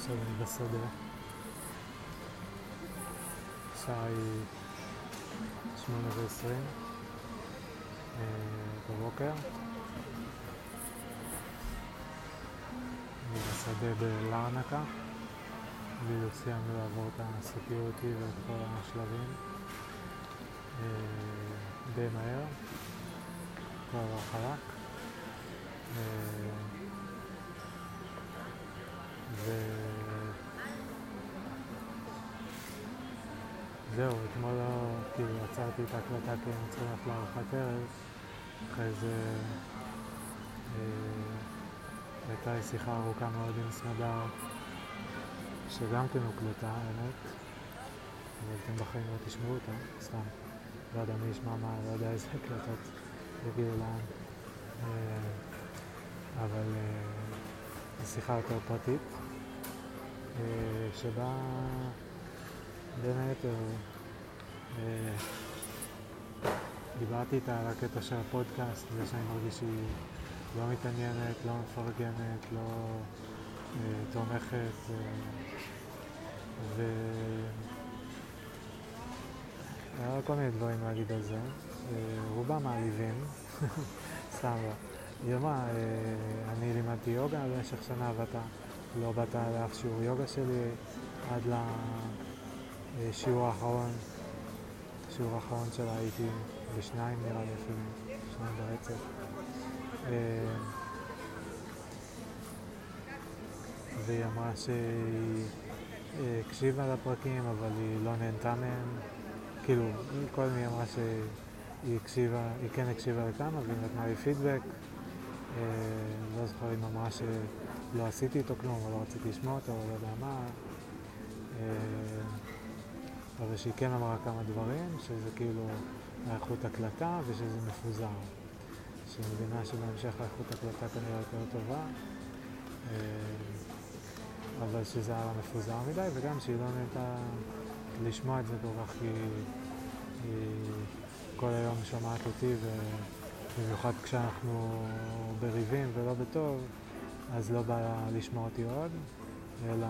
עכשיו אני בשדה. השעה היא 8:20 בבוקר. אני בשדה בלרנקה. בדיוק סיימנו לעבור את הסקיוריטי ואת כל השלבים די מהר. כל דבר חלק. זהו, אתמול כאילו עצרתי את ההקלטה כי אני צריך ללכת לארוחת ערב. אחרי זה הייתה לי שיחה ארוכה מאוד עם סמדר שגם כן הוקלטה, האמת, אבל אתם בחיים לא תשמעו אותה, סתם. לא יודע מי ישמע מה, לא יודע איזה הקלטות יגיעו לאן, אבל זו שיחה יותר פרטית שבה בין היתר דיברתי איתה על הקטע של הפודקאסט, זה שאני מרגיש שהיא לא מתעניינת, לא מפרגנת, לא תומכת, היה כל מיני דברים להגיד על זה, רובם מעליבים, סתם לא. היא אמרה, אני לימדתי יוגה במשך שנה ואתה לא באת לאף שיעור יוגה שלי עד לשיעור האחרון. השיעור האחרון שלה הייתי בשניים, נראה לי אפילו, שניים ברצף. והיא אמרה שהיא הקשיבה לפרקים אבל היא לא נהנתה מהם. כאילו, קודם היא אמרה שהיא כן הקשיבה לכמה והיא נתנה לי פידבק. לא זוכר אם אמרה שלא עשיתי איתו כלום או לא רציתי לשמוע אותו או לא יודע מה. אבל שהיא כן אמרה כמה דברים, שזה כאילו האיכות הקלטה ושזה מפוזר. שהיא מבינה שבהמשך האיכות הקלטה כנראה יותר טובה, אבל שזה היה מפוזר מדי, וגם שהיא לא נהנתה לשמוע את זה כל כך, כי היא כל היום שומעת אותי, ובמיוחד כשאנחנו בריבים ולא בטוב, אז לא בא לשמוע אותי עוד, אלא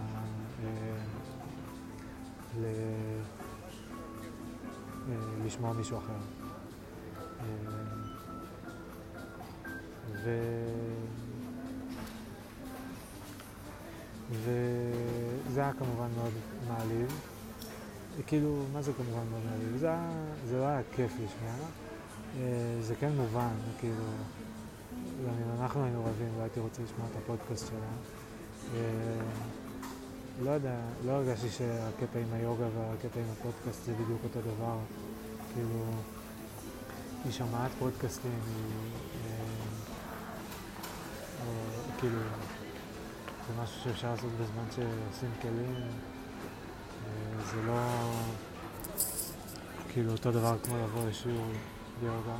לשמוע מישהו אחר. וזה היה כמובן מאוד מעליב. כאילו, מה זה כמובן מאוד מעליב? זה לא היה כיף לשמוע. זה כן מובן, כאילו, גם אם אנחנו היינו רבים והייתי רוצה לשמוע את הפודקאסט שלה. לא יודע, לא הרגשתי שהקטע עם היוגה והקטע עם הפודקאסט זה בדיוק אותו דבר. כאילו, היא שמעת פודקאסטים, כאילו, זה משהו שאפשר לעשות בזמן שעושים כלים. זה לא כאילו אותו דבר כמו לבוא לשיעור ביוגה,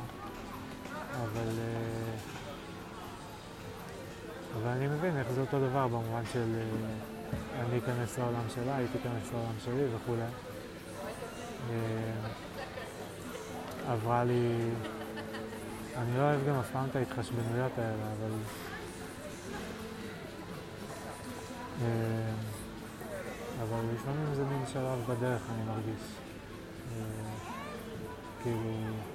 אבל אני מבין איך זה אותו דבר במובן של אני אכנס לעולם שלה, היא תיכנס לעולם שלי וכו'. עברה לי, אני לא אוהב גם אף פעם את ההתחשבנויות האלה, אבל לפעמים זה מין שלב בדרך, אני מרגיש. כאילו,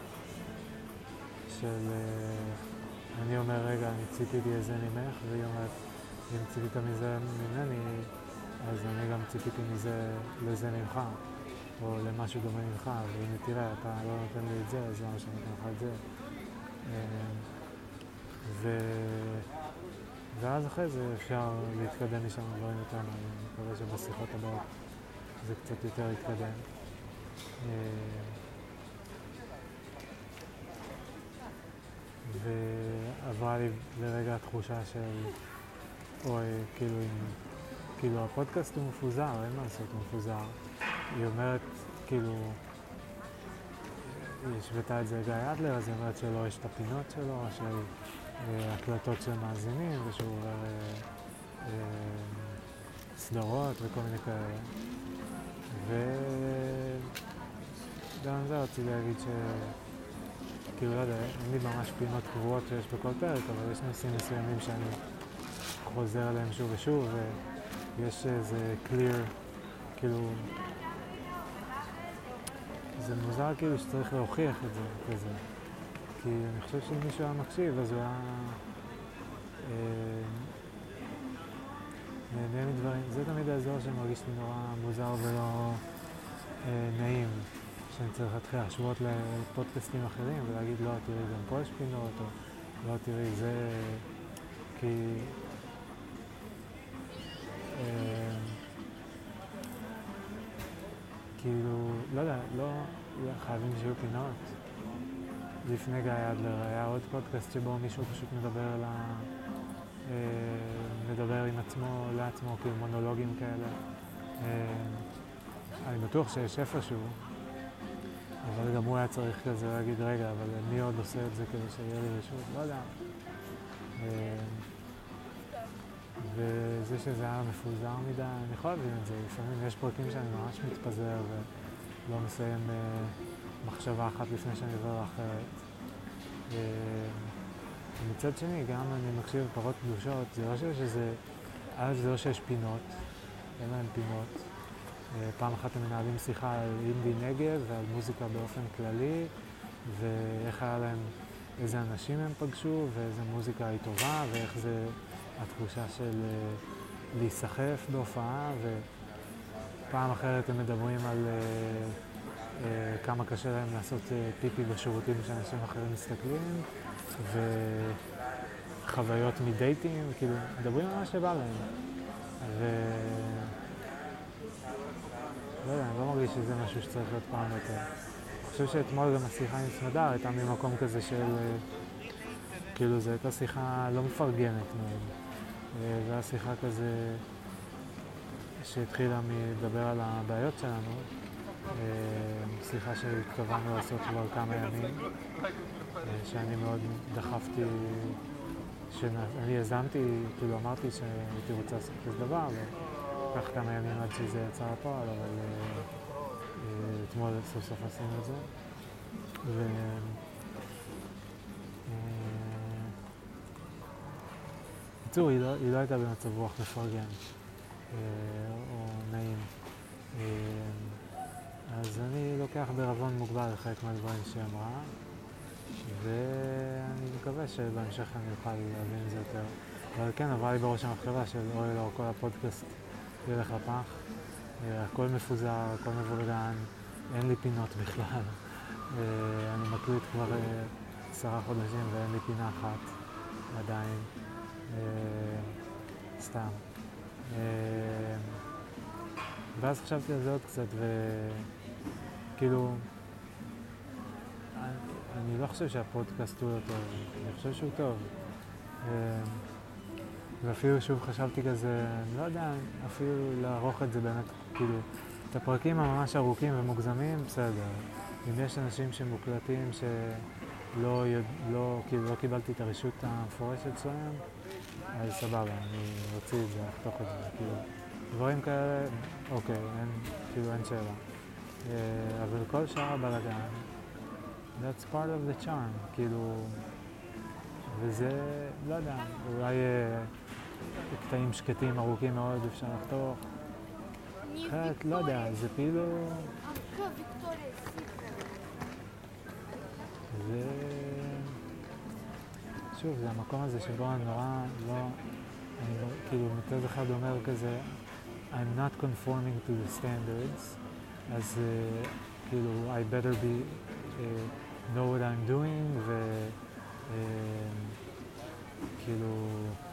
אני אומר, רגע, אני ציפיתי איזה ממך, והיא אומרת, אם ציפית מזה ממני, אז אני גם ציפיתי לזה ממך, או למשהו דומה ממך, והנה תראה, אתה לא נותן לי את זה, אז למה שאני נותן לך את זה. ואז אחרי זה אפשר להתקדם משם דברים יותר מעלים. אני מקווה שבשיחות הבאות זה קצת יותר יתקדם. ועברה לי לרגע התחושה של אוי, כאילו הפודקאסט הוא מפוזר, אין מה לעשות, הוא מפוזר. היא אומרת, כאילו, היא השוותה את זה גיא אדלר, אז היא אומרת שלא יש את הפינות שלו, של הקלטות של מאזינים, ושהוא עובר סדרות וכל מיני כאלה. וגם זה רציתי להגיד כאילו, לא יודע, אין לי ממש פינות קבועות שיש בכל פרק, אבל יש נושאים מסוימים שאני חוזר עליהם שוב ושוב, יש איזה clear, כאילו, זה מוזר כאילו שצריך להוכיח את זה כזה. כי אני חושב שמישהו היה מקשיב, אז הוא היה נהנה מדברים. זה תמיד האזור שמרגיש לי נורא מוזר ולא נעים, שאני צריך להתחיל להשוות לפודקאסטים אחרים ולהגיד לא, תראי, גם פה יש פינות, או לא, תראי, זה כי כאילו, לא יודע, לא חייבים שיהיו פינות. לפני גיא אדלר היה עוד פודקאסט שבו מישהו פשוט מדבר עם עצמו, לעצמו, כאילו מונולוגים כאלה. אני בטוח שיש איפשהו, אבל גם הוא היה צריך כזה להגיד, רגע, אבל מי עוד עושה את זה כדי שיהיה לי רשות? לא יודע. וזה שזה היה מפוזר מדי, אני יכול להבין את זה. לפעמים יש פרקים שאני ממש מתפזר ולא מסיים מחשבה אחת לפני שאני עובר לאחרת. ומצד שני, גם אני מקשיב פרות קדושות, זה לא שזה, זה לא שיש פינות, אין להם פינות. פעם אחת הם מנהלים שיחה על אינדי נגב ועל מוזיקה באופן כללי, ואיך היה להם, איזה אנשים הם פגשו, ואיזה מוזיקה היא טובה, ואיך זה התחושה של להיסחף בהופעה, ופעם אחרת הם מדברים על כמה קשה להם לעשות פיפי בשירותים שאנשים אחרים מסתכלים, וחוויות מדייטים, כאילו, מדברים על מה שבא להם. לא יודע, אני לא מרגיש שזה משהו שצריך להיות פעם יותר. אני חושב שאתמול גם השיחה עם סמדר הייתה ממקום כזה של, כאילו, זו הייתה שיחה לא מפרגנת מאוד. זו הייתה שיחה כזה שהתחילה מדבר על הבעיות שלנו, שיחה שהתכוונו לעשות כבר כמה ימים, שאני מאוד דחפתי, אני יזמתי, כאילו אמרתי שהייתי רוצה לעשות כזה דבר, לקח כמה ימים עד שזה יצא לפועל, אבל אתמול סוף סוף עשינו את זה. בקיצור, היא לא הייתה במצב רוח מפרגן או נעים. אז אני לוקח בערבון מוגבל לחלק מהדברים שהיא אמרה, ואני מקווה שבהמשך אני אוכל להבין את זה יותר. אבל כן, עברה לי בראש המחשבה של אוי לא, כל הפודקאסט ילך לפח, הכל מפוזר, הכל מבולגן, אין לי פינות בכלל. אני מקליט כבר 10 חודשים ואין לי פינה אחת עדיין, סתם. ואז חשבתי על זה עוד קצת, וכאילו, אני לא חושב שהפודקאסט הוא לא טוב, אני חושב שהוא טוב. ואפילו שוב חשבתי כזה, אני לא יודע, אפילו לערוך את זה באמת, כאילו, את הפרקים הממש ארוכים ומוגזמים, בסדר. אם יש אנשים שמוקלטים כאילו לא קיבלתי את הרשות המפורשת שלהם, אז סבבה, אני אוציא את זה, אחתוך את זה, כאילו, דברים כאלה, אוקיי, אין שאלה. אבל כל שאר הבלגן, that's part of the charm, כאילו, וזה, לא יודע, אולי קטעים שקטים ארוכים מאוד אפשר לחתוך. אחרת, לא יודע, זה כאילו... שוב, זה המקום הזה שבו אני נורא, אני כאילו מצד אחד אומר כזה, I'm not conforming to the standards, אז כאילו, I better know what I'm doing, וכאילו,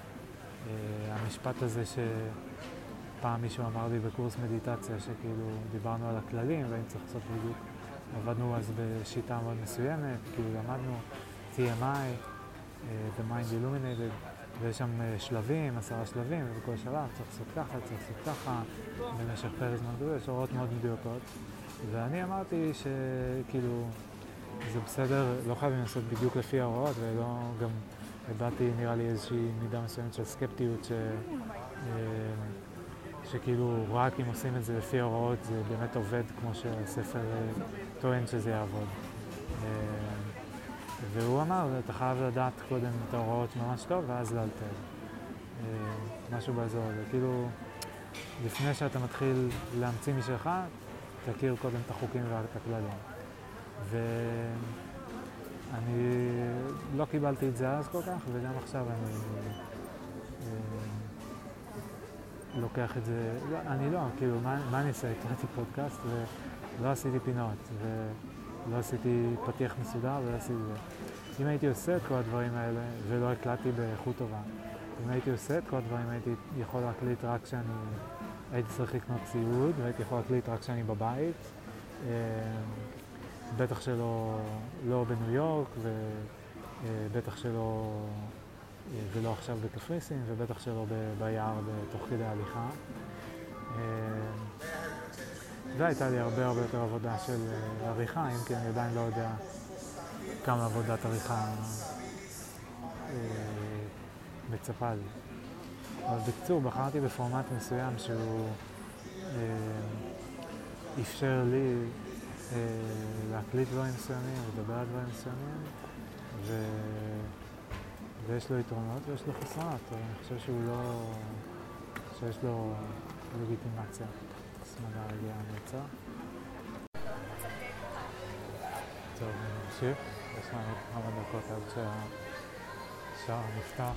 המשפט הזה שפעם מישהו אמר לי בקורס מדיטציה, שכאילו דיברנו על הכללים, והאם צריך לעשות בדיוק, עבדנו אז בשיטה מאוד מסוימת, כאילו למדנו TMI, The Mind Illuminated, ויש שם שלבים, 10 שלבים, ובכל שלב צריך לעשות ככה, צריך לעשות ככה, במשך פרק זמן גדול, יש הוראות מאוד מדויקות. ואני אמרתי שכאילו, זה בסדר, לא חייבים לעשות בדיוק לפי ההוראות, ולא גם הבאתי נראה לי איזושהי מידה מסוימת של סקפטיות, שכאילו רק אם עושים את זה לפי ההוראות זה באמת עובד כמו שהספר טוען שזה יעבוד. והוא אמר, אתה חייב לדעת קודם את ההוראות ממש טוב ואז לאלתר. משהו באזור הזה. כאילו, לפני שאתה מתחיל להמציא משלך, תכיר קודם את החוקים ואת הכללים. ואני לא קיבלתי את זה אז כל כך, וגם עכשיו אני לוקח את זה, לא, אני לא, כאילו, מה אני אעשה? הקלטתי פודקאסט ולא עשיתי פינות, ולא עשיתי פתיח מסודר ולא עשיתי זה. אם הייתי עושה את כל הדברים האלה, ולא הקלטתי באיכות טובה, אם הייתי עושה את כל הדברים, הייתי יכול להקליט רק כשאני הייתי צריך לקנות ציוד, והייתי יכול להקליט רק כשאני בבית, בטח שלא בניו יורק, ובטח שלא ולא עכשיו בקפריסין, ובטח שלא ביער תוך כדי הליכה. והייתה לי הרבה יותר עבודה של עריכה, אם כי אני עדיין לא יודע כמה עבודת עריכה מצפה לי. אבל בקצור, בחרתי בפורמט מסוים שהוא אפשר לי להקליט דברים מסוימים, לדבר על דברים מסוימים, ויש לו יתרונות ויש לו חסרונות, אבל אני חושב שהוא לא... שיש לו לגיטימציה. סמדה הגיעה המוצא. טוב, נמשיך. יש לנו כמה דקות עד שהשער נפתח.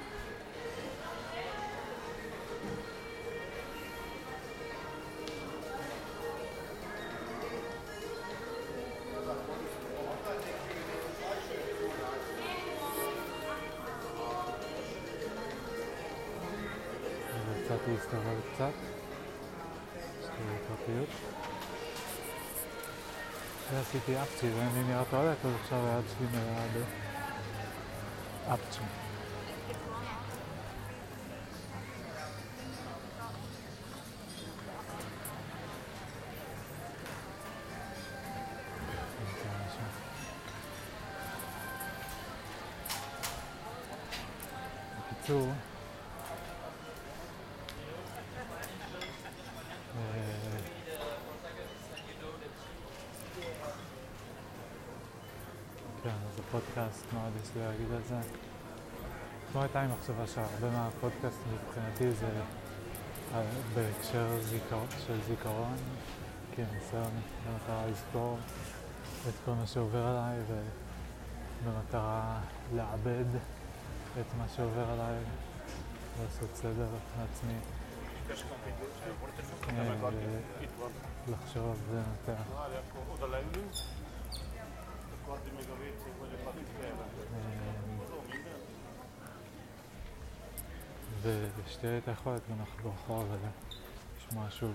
יצאתי להסתובב קצת, יש לי פרטיות. ועשיתי אפצ'י, ואני נראה טועלת, אז עכשיו היד שלי נראה באפצ'י. בקיצור, כן, אז הפודקאסט מאוד יש לי להגיד על זה. כמו הייתה עם מחשבה שהרבה מהפודקאסט מבחינתי זה בהקשר של זיכרון, כי ניסיון במטרה לזכור את כל מה שעובר עליי ובמטרה לעבד את מה שעובר עליי, לעשות סדר לעצמי, לחשוב ולנתח. ושתהיה את היכולת גם לחזור אחורה ולשמוע שוב.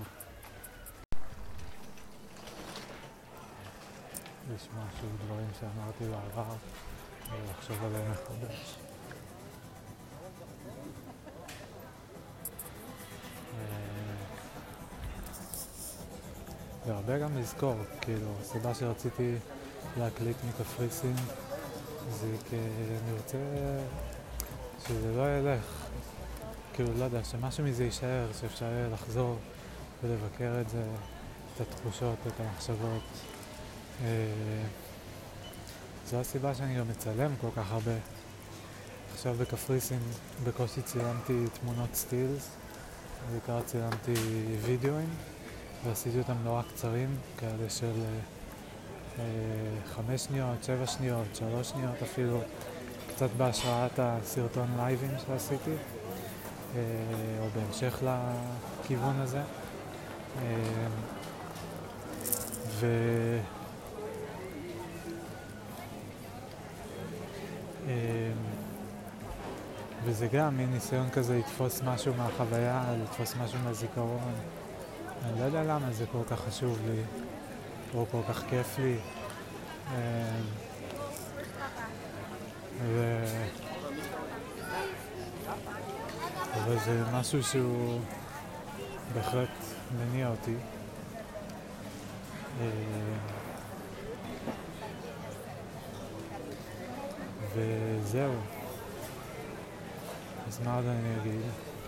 לשמוע שוב דברים שאמרתי בעבר ולחשוב עליהם מחדש. והרבה גם לזכור, כאילו, הסיבה שרציתי להקליט מקפריסין זה כי אני רוצה שזה לא ילך, כאילו, לא יודע, שמשהו מזה יישאר, שאפשר יהיה לחזור ולבקר את זה, את התחושות, את המחשבות. זו הסיבה שאני גם מצלם כל כך הרבה. עכשיו בקפריסין בקושי צילמתי תמונות סטילס, בעיקר צילמתי וידאוים, ועשיתי אותם נורא קצרים, כאלה של 5 שניות, 7 שניות, 3 שניות אפילו, קצת בהשראת הסרטון לייבים שעשיתי, או בהמשך לכיוון הזה. וזה גם מין ניסיון כזה לתפוס משהו מהחוויה, לתפוס משהו מהזיכרון. אני לא יודע למה זה כל כך חשוב לי, או כל כך כיף לי. אבל זה משהו שהוא בהחלט מניע אותי. וזהו. אז מה עוד אני אגיד?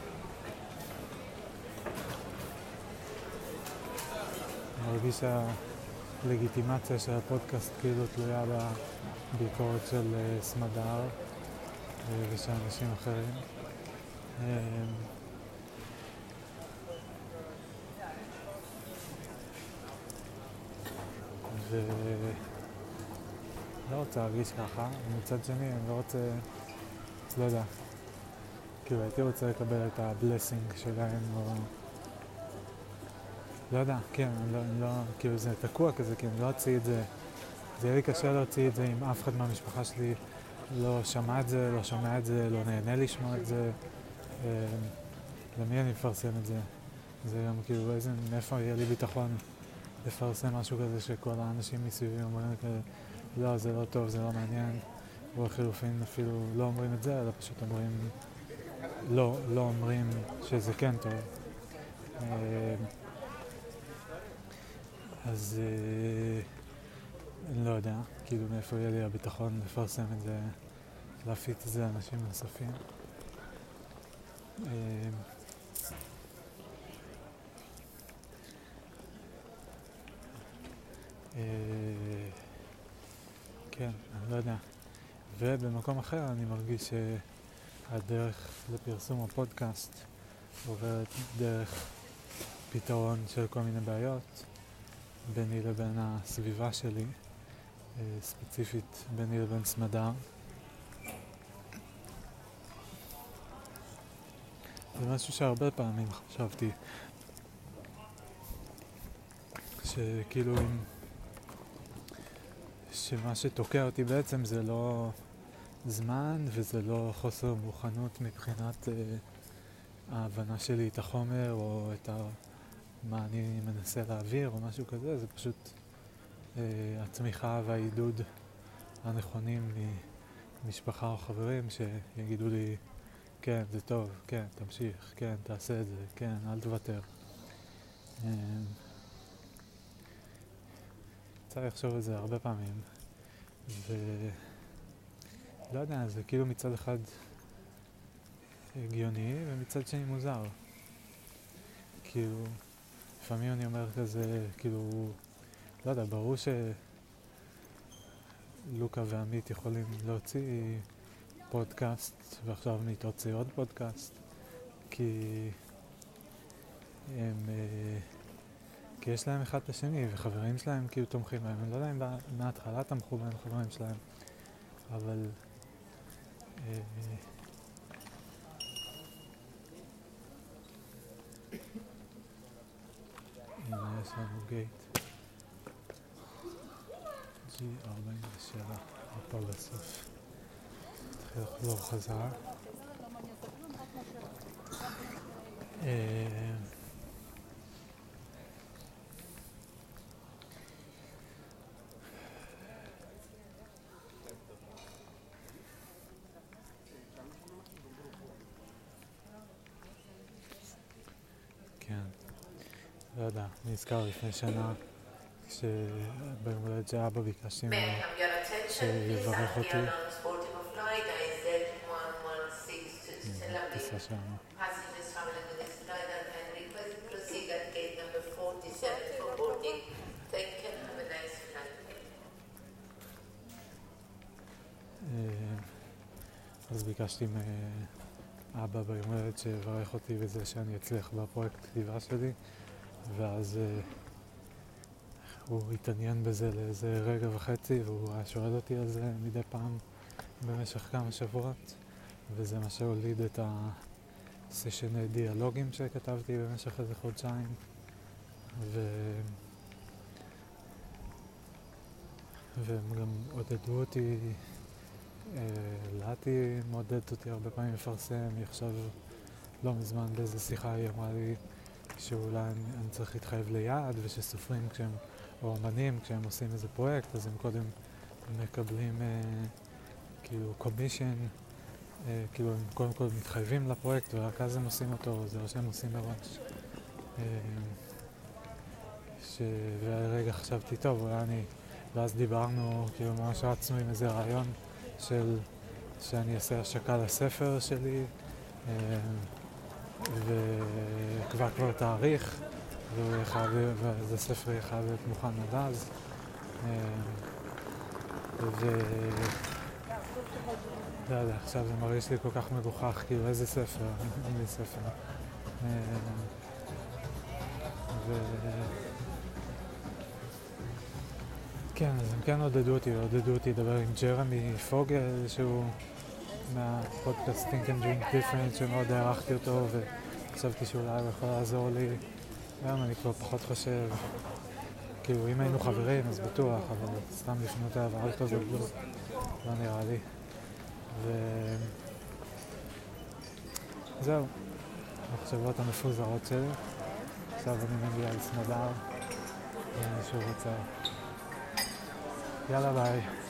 אני מרגיש שהלגיטימציה של הפודקאסט כאילו תלויה בביקורת של סמדר ושל אנשים אחרים. לא רוצה להרגיש ככה, ומצד שני אני לא רוצה, לא יודע, כאילו הייתי רוצה לקבל את הבלסינג שלהם, או לא יודע, כן, אני לא, כאילו זה תקוע כזה, כי אני לא אוציא את זה, זה יהיה לי קשה להוציא את זה אם אף אחד מהמשפחה שלי לא שמע את זה, לא שומע את זה, לא נהנה לשמוע את זה, למי אני מפרסם את זה? זה גם כאילו מאיפה יהיה לי ביטחון לפרסם משהו כזה שכל האנשים מסביבי אומרים כזה, לא, זה לא טוב, זה לא מעניין, או לחילופין אפילו לא אומרים את זה, אלא פשוט אומרים, לא אומרים שזה כן טוב. אז אני לא יודע, כאילו מאיפה יהיה לי הביטחון לפרסם את זה, להפיץ את זה לאנשים נוספים. כן, אני לא יודע. ובמקום אחר אני מרגיש שהדרך לפרסום הפודקאסט עוברת דרך פתרון של כל מיני בעיות ביני לבין הסביבה שלי, ספציפית ביני לבין סמדר. זה משהו שהרבה פעמים חשבתי שכאילו שמה שתוקע אותי בעצם זה לא זמן וזה לא חוסר מוכנות מבחינת ההבנה שלי את החומר או את מה אני מנסה להעביר או משהו כזה, זה פשוט התמיכה והעידוד הנכונים ממשפחה או חברים שיגידו לי כן, זה טוב, כן, תמשיך, כן, תעשה את זה, כן, אל תוותר. צריך לחשוב על זה הרבה פעמים, ולא יודע, זה כאילו מצד אחד הגיוני ומצד שני מוזר. כאילו, לפעמים אני אומר כזה, כאילו, לא יודע, ברור שלוקה ועמית יכולים להוציא פודקאסט, ועכשיו עמית הוציא עוד פודקאסט, כי הם... כי יש להם אחד את השני, וחברים שלהם כאילו תומכים בהם. אני לא יודע אם מההתחלה תמכו בהם חברים שלהם, אבל... הנה, יש לנו גייט. G47, פה בסוף. תתחיל לחזור חזרה. לא יודע, אני נזכר לפני שנה שביום הולדת שאבא ביקשתי שיברך אותי. טיסה שלנו. אז ביקשתי מאבא ביום הולדת שיברך אותי בזה שאני אצליח בפרויקט כתיבה שלי, ואז הוא התעניין בזה לאיזה רגע וחצי, והוא היה שואל אותי על זה מדי פעם במשך כמה שבועות, וזה מה שהוליד את הסשני דיאלוגים שכתבתי במשך איזה חודשיים, והם גם עודדו אותי, לאתי מעודדת אותי הרבה פעמים לפרסם. היא עכשיו לא מזמן באיזה שיחה היא אמרה לי שאולי אני צריך להתחייב ליעד, ושסופרים כשהם, או אמנים כשהם עושים איזה פרויקט, אז הם קודם מקבלים כאילו קומישן, כאילו הם קודם כל מתחייבים לפרויקט ורק אז הם עושים אותו, זה לא שהם עושים מראש. והרגע חשבתי טוב, אולי אני, ואז דיברנו, כאילו ממש רצנו עם איזה רעיון של שאני אעשה השקה לספר שלי, וקבע כבר תאריך, וזה ספר יהיה חייב להיות מוכן עד אז. לא יודע, עכשיו זה מרגיש לי כל כך מגוחך, כאילו איזה ספר, אין לי ספר. כן, אז הם כן עודדו אותי לדבר עם ג'רמי פוגל, שהוא מהפודקאסט Think and Drink Different, שמאוד הערכתי אותו וחשבתי שאולי הוא יכול לעזור לי. היום אני כבר פחות חושב, כאילו אם היינו חברים אז בטוח, אבל סתם לפנות אליו אל כזה לא נראה לי. וזהו, המחשבות המפוזרות שלי. עכשיו אני מגיע לסמדר, ואני שוב רוצה. יאללה ביי.